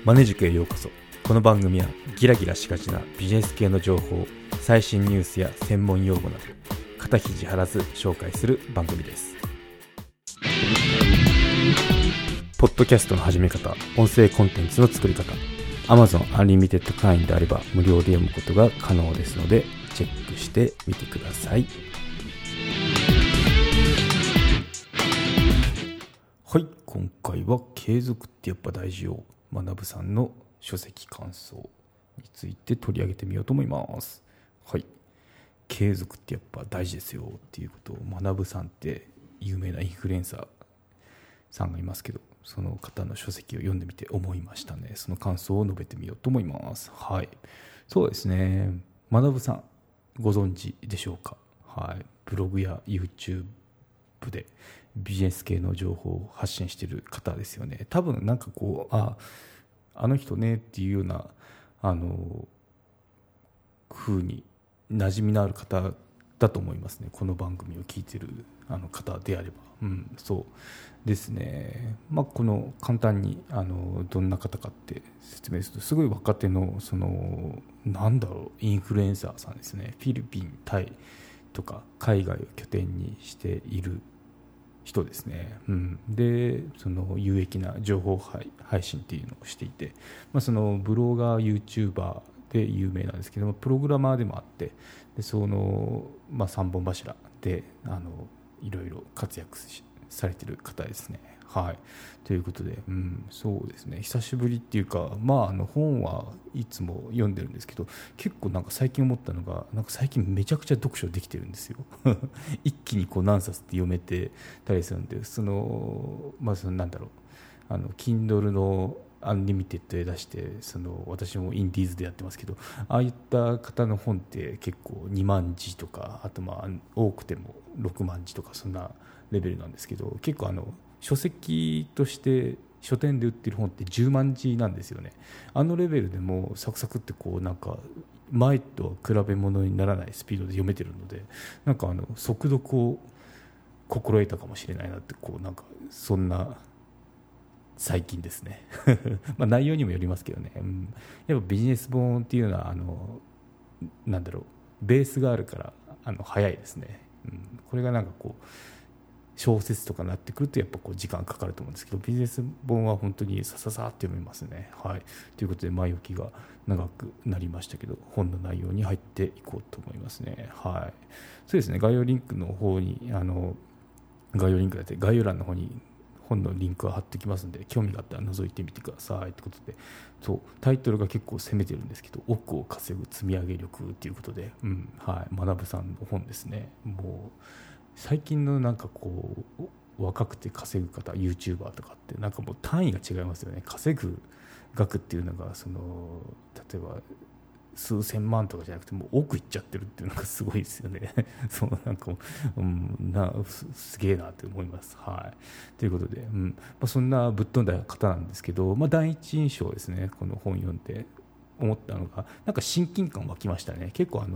マネ塾へようこそ。この番組はギラギラしがちなビジネス系の情報、最新ニュースや専門用語など肩肘張らず紹介する番組です。ポッドキャストの始め方、音声コンテンツの作り方、 Amazon Unlimited 会員であれば無料で読むことが可能ですのでチェックしてみてください。はい、今回は継続ってやっぱ大事よ、学さんの書籍感想について取り上げてみようと思います。はい、継続ってやっぱ大事ですよっていうことを学さんって有名なインフルエンサーさんがいますけど、その方の書籍を読んでみて思いましたね。その感想を述べてみようと思います。はい、そうですね、学さんご存知でしょうか。はい、ブログや YouTube でビジネス系の情報を発信している方ですよね。多分なんかこうあの人ねっていうような風に馴染みのある方だと思いますね。この番組を聞いている方であれば、そうですね。この簡単にどんな方かって説明すると、すごい若手のインフルエンサーさんですね。フィリピン、タイとか海外を拠点にしている人ですね。でその有益な情報配信っていうのをしていて、そのブロガー YouTuber で有名なんですけども、プログラマーでもあって、でその、3本柱でいろいろ活躍されている方ですね。はい、ということで、そうですね、久しぶりっていうか、本はいつも読んでるんですけど、結構なんか最近思ったのが、なんか最近めちゃくちゃ読書できてるんですよ一気にこう何冊って読めてたりするんで、Kindle のアンリミテッドで出して、私もインディーズでやってますけど、ああいった方の本って結構2万字とか、あと多くても6万字とか、そんなレベルなんですけど、結構書籍として書店で売ってる本って10万字なんですよね。あのレベルでもサクサクってこうなんか前とは比べ物にならないスピードで読めてるので、なんか速読を心得たかもしれないなって、こうなんかそんな最近ですね内容にもよりますけどね、やっぱビジネス本っていうのはベースがあるから早いですね。これがなんかこう小説とかになってくるとやっぱこう時間かかると思うんですけど、ビジネス本は本当にさささって読めますね。はい、ということで前置きが長くなりましたけど、本の内容に入っていこうと思いますね。はい、そうですね、概要リンクの方に概要欄の方に本のリンクは貼ってきますので、興味があったら覗いてみてくださいということで、タイトルが結構攻めてるんですけど、億を稼ぐ積み上げ力ということで、学さんの本ですね。もう最近のなんかこう若くて稼ぐ方 YouTuber とかってなんかもう単位が違いますよね。稼ぐ額っていうのが例えば数千万とかじゃなくてもう億いっちゃってるっていうのがすごいですよねなんかすげえなって思います。はい、ということで、そんなぶっ飛んだ方なんですけど、第一印象ですね、この本読んで思ったのが、なんか親近感湧きましたね。結構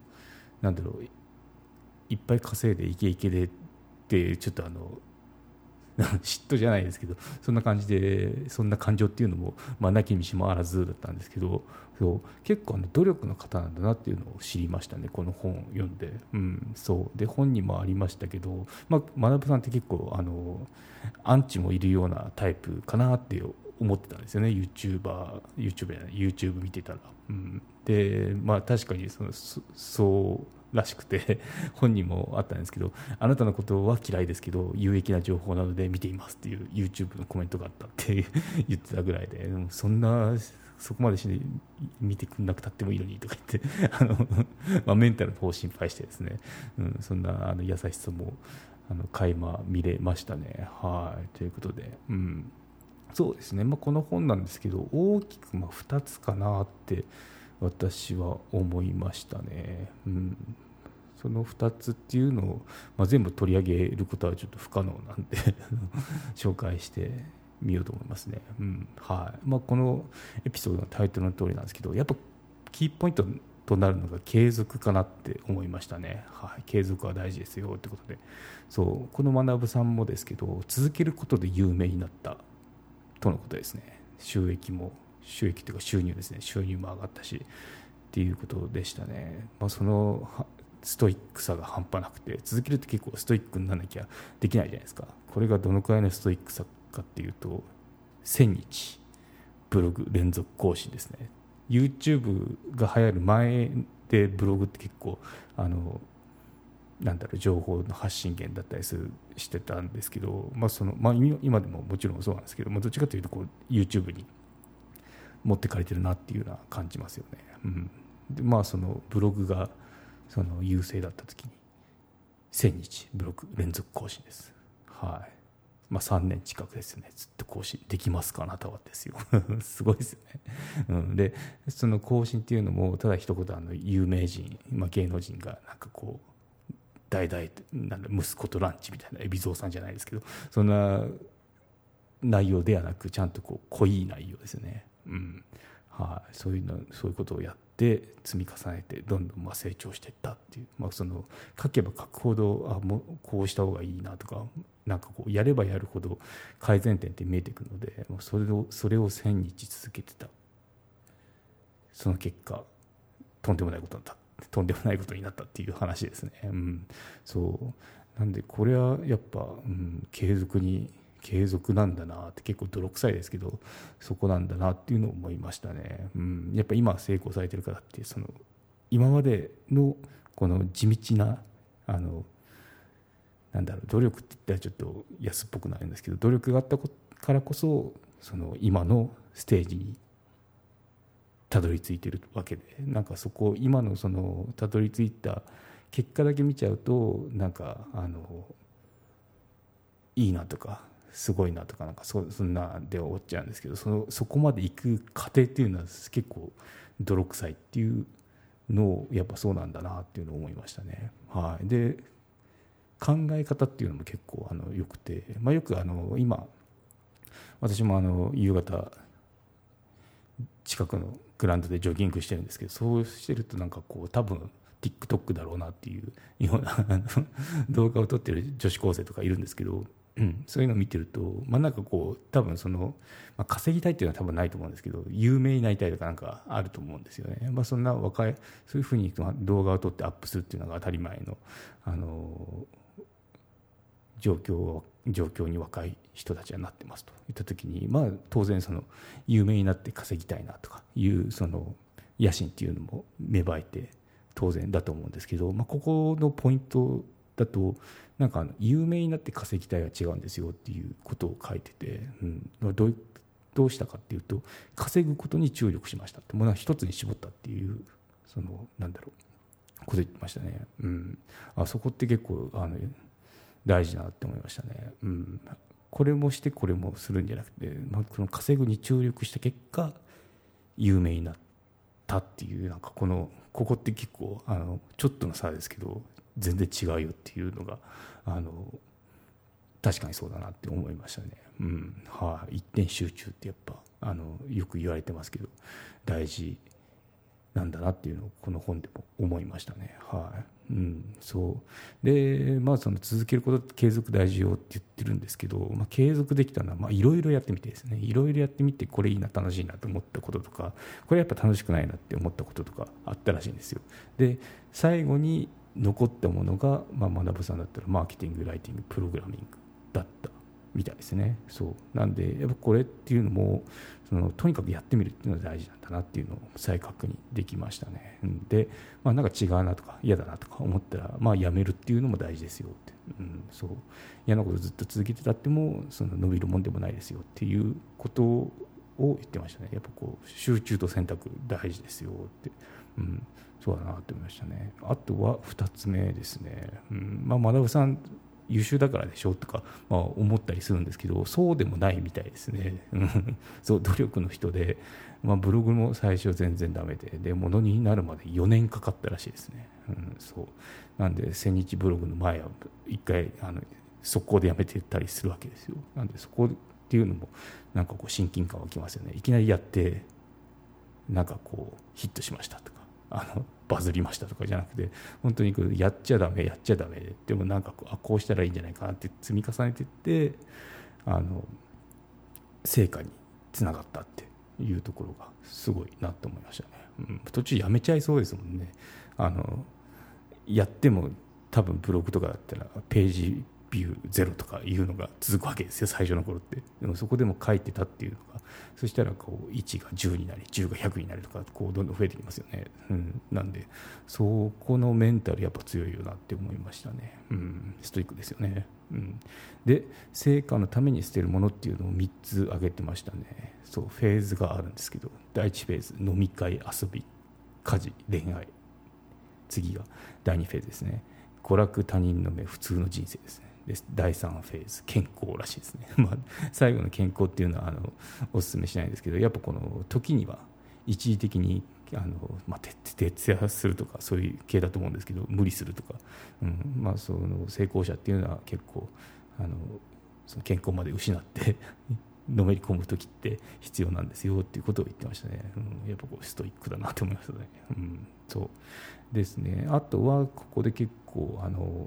いっぱい稼いでイケイケでってちょっと嫉妬じゃないですけど、そんな感じで、そんな感情っていうのもなきにしもあらずだったんですけど、結構努力の方なんだなっていうのを知りましたね、この本を読んで。で本にもありましたけど、学さんって結構アンチもいるようなタイプかなって思ってたんですよね。YouTube 見てたら。で確かにそうらしくて本にもあったんですけど、あなたのことは嫌いですけど有益な情報なので見ていますっていう YouTube のコメントがあったって言ってたぐらいで、そこまで見てくんなくたってもいいのにとか言ってメンタルの方を心配してですね、そんな優しさも垣間見れましたね。はい、ということで、そうですね、この本なんですけど、大きく2つかなって私は思いましたね。その2つっていうのを、全部取り上げることはちょっと不可能なんで紹介してみようと思いますね。このエピソードのタイトルの通りなんですけど、やっぱキーポイントとなるのが継続かなって思いましたね。継続は大事ですよってことで、この学さんもですけど、続けることで有名になったとのことですね。収益も収益というか収入ですね、収入も上がったしっていうことでしたね。そのストイックさが半端なくて、続けると結構ストイックにならなきゃできないじゃないですか。これがどのくらいのストイックさかっていうと、1000日ブログ連続更新ですね。 YouTube が流行る前でブログって結構情報の発信源だったりしてたんですけど、今でももちろんそうなんですけど、どっちかというとYouTube に持ってかれてるなっていうのは感じますよね。でそのブログがその優勢だった時に1000日ブログ連続更新です。3年近くですよね。ずっと更新できますかあなたはですよすごいですよね。でその更新っていうのもただ一言有名人、芸能人が代々息子とランチみたいな海老蔵さんじゃないですけど、そんな内容ではなく、ちゃんと濃い内容ですよね。そういうことをやって積み重ねてどんどん成長していったっていう、その書けば書くほどもうこうした方がいいなとか、やればやるほど改善点って見えてくるので、それを1000日続けてた。その結果とんでもないことになったっていう話ですね。そうなんでこれはやっぱ、継続なんだなって、結構泥臭いですけどそこなんだなっていうのを思いましたね。やっぱ今成功されてる方って、その今までのこの地道な努力って言ったらちょっと安っぽくなるんですけど、努力があったからこそその今のステージにたどり着いてるわけで、そこ今のそのたどり着いた結果だけ見ちゃうといいなとかすごいなとかそんなで終わっちゃうんですけど、そこまで行く過程っていうのは結構泥臭いっていうのをやっぱそうなんだなっていうのを思いましたね。で考え方っていうのも結構よくて、よく今私も夕方近くのグラウンドでジョギングしてるんですけど、そうしてると多分 TikTok だろうなっていうような動画を撮ってる女子高生とかいるんですけど、そういうのを見てると、多分稼ぎたいっていうのは多分ないと思うんですけど、有名になりたいとかあると思うんですよね。そんなそういうふうに動画を撮ってアップするっていうのが当たり前の、状況に若い人たちはなってますといった時に、当然有名になって稼ぎたいなとかいうその野心っていうのも芽生えて当然だと思うんですけど、ここのポイントだと有名になって稼ぎたいは違うんですよっていうことを書いてて、どうしたかっていうと、稼ぐことに注力しましたって、もう一つに絞ったっていうこと言ってましたね。そこって結構大事だなって思いましたね。これもしてこれもするんじゃなくて、この稼ぐに注力した結果有名になったっていう、ここって結構ちょっとの差ですけど全然違うよっていうのが確かにそうだなって思いましたね。一点集中ってやっぱよく言われてますけど大事なんだなっていうのをこの本でも思いましたね。そうで、その続けることって継続大事よって言ってるんですけど、継続できたのはいろいろやってみてですね、いろいろやってみて、これいいな楽しいなと思ったこととか、これやっぱ楽しくないなって思ったこととかあったらしいんですよ。で最後に残ったものが、学さんだったらマーケティング、ライティング、プログラミングだったみたいですね。そうなんでやっぱこれっていうのもとにかくやってみるっていうのが大事なんだなっていうのを再確認できましたね。で、違うなとか嫌だなとか思ったら、やめるっていうのも大事ですよって、そう嫌なことずっと続けてたっても伸びるもんでもないですよっていうことを言ってましたね。やっぱ集中と選択大事ですよって、そうだなって思いましたね。あとは2つ目ですね。学さん優秀だからでしょとか、思ったりするんですけど、そうでもないみたいですね。そう努力の人で、ブログも最初全然ダメでものになるまで4年かかったらしいですね。そうなんで1000日ブログの前は1回速攻でやめてたりするわけですよ。なんでそこっていうのも親近感湧きますよね。いきなりやってヒットしましたとかバズりましたとかじゃなくて、本当にやっちゃダメでもこうしたらいいんじゃないかなって積み重ねていって成果につながったっていうところがすごいなと思いましたね。途中やめちゃいそうですもんね。やっても多分ブログとかだったらページビュー0とかいうのが続くわけですよ、最初の頃って。でもそこでも書いてたっていうのが、そしたらこう1が10になり10が100になるとか、こうどんどん増えてきますよね。なんでそこのメンタルやっぱ強いよなって思いましたね。ストイックですよね。で成果のために捨てるものっていうのを3つ挙げてましたね。そうフェーズがあるんですけど、第1フェーズ飲み会、遊び、家事、恋愛。次が第2フェーズですね。娯楽、他人の目、普通の人生ですね。で第3フェーズ、健康らしいですね。最後の健康っていうのはお勧めしないんですけど、やっぱこの時には一時的に徹夜するとかそういう系だと思うんですけど、無理するとか、その成功者っていうのは結構その健康まで失ってのめり込む時って必要なんですよっていうことを言ってましたね。やっぱこうストイックだなと思いましたね。そうですね。あとはここで結構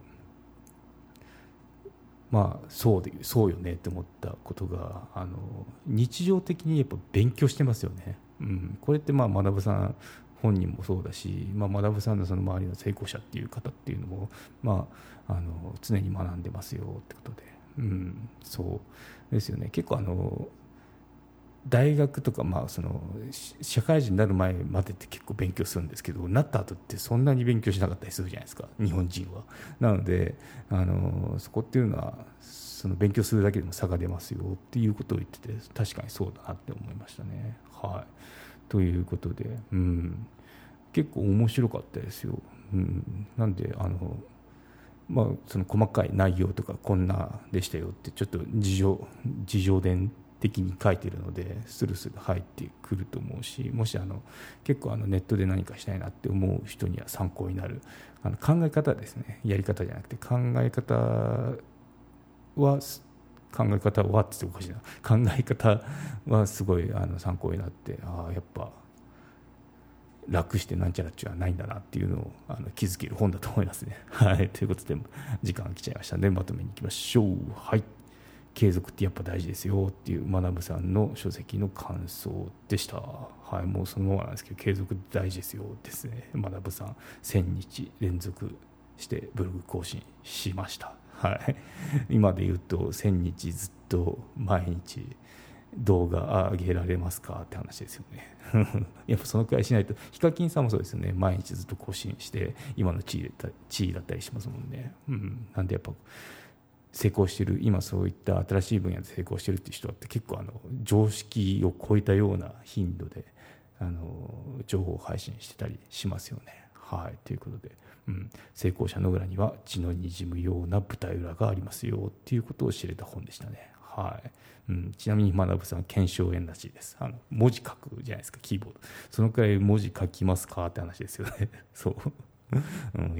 そうよねって思ったことが、日常的にやっぱ勉強してますよね。これって学さん本人もそうだし、学さんのその周りの成功者っていう方っていうのも、常に学んでますよってことで、そうですよね。結構大学とか、その社会人になる前までって結構勉強するんですけど、なった後ってそんなに勉強しなかったりするじゃないですか、日本人は。なのでそこっていうのはその勉強するだけでも差が出ますよっていうことを言ってて、確かにそうだなって思いましたね。ということで、結構面白かったですよ。なんでその細かい内容とかこんなでしたよってちょっと自叙伝的に書いているのでスルスル入ってくると思うし、もし結構ネットで何かしたいなって思う人には参考になる考え方ですね。やり方じゃなくて考え方はって言っておかしいな、考え方はすごい参考になって、やっぱ楽してなんちゃらっちゅうのはないんだなっていうのを気づける本だと思いますね。ということで時間が来ちゃいましたのでまとめにいきましょう。継続ってやっぱ大事ですよっていう学さんの書籍の感想でした。もうそのままなんですけど、継続大事ですよですね。学さん1000日連続してブログ更新しました。今で言うと1000日ずっと毎日動画上げられますかって話ですよね。やっぱそのくらいしないと。ヒカキンさんもそうですよね。毎日ずっと更新して今の地位だったりしますもんね。なんでやっぱ成功してる、今そういった新しい分野で成功してるっていう人って結構常識を超えたような頻度で情報配信してたりしますよね。ということで、成功者の裏には血のにじむような舞台裏がありますよっていうことを知れた本でしたね。ちなみに学さん腱鞘炎らしいです。文字書くじゃないですか、キーボード。そのくらい文字書きますかって話ですよね。そう、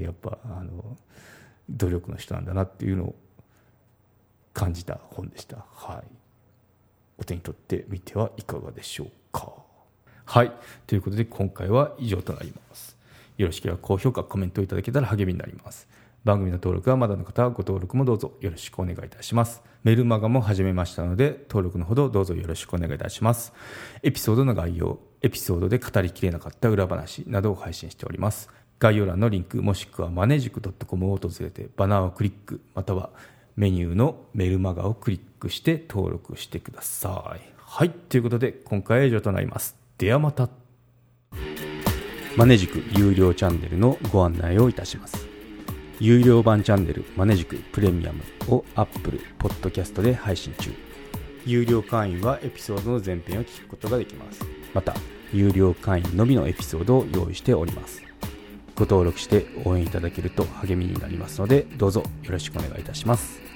やっぱ努力の人なんだなっていうのを感じた本でした。お手に取ってみてはいかがでしょうか。ということで今回は以上となります。よろしければ高評価コメントいただけたら励みになります。番組の登録はまだの方はご登録もどうぞよろしくお願いいたします。メルマガも始めましたので登録のほどどうぞよろしくお願いいたします。エピソードの概要、エピソードで語りきれなかった裏話などを配信しております。概要欄のリンクもしくはマネジク .com を訪れてバナーをクリックまたはメニューのメルマガをクリックして登録してください。ということで今回は以上となります。ではまた。マネジク有料チャンネルのご案内をいたします。有料版チャンネルマネジクプレミアムを Apple Podcast で配信中。有料会員はエピソードの前編を聞くことができます。また有料会員のみのエピソードを用意しております。ご登録して応援いただけると励みになりますのでどうぞよろしくお願いいたします。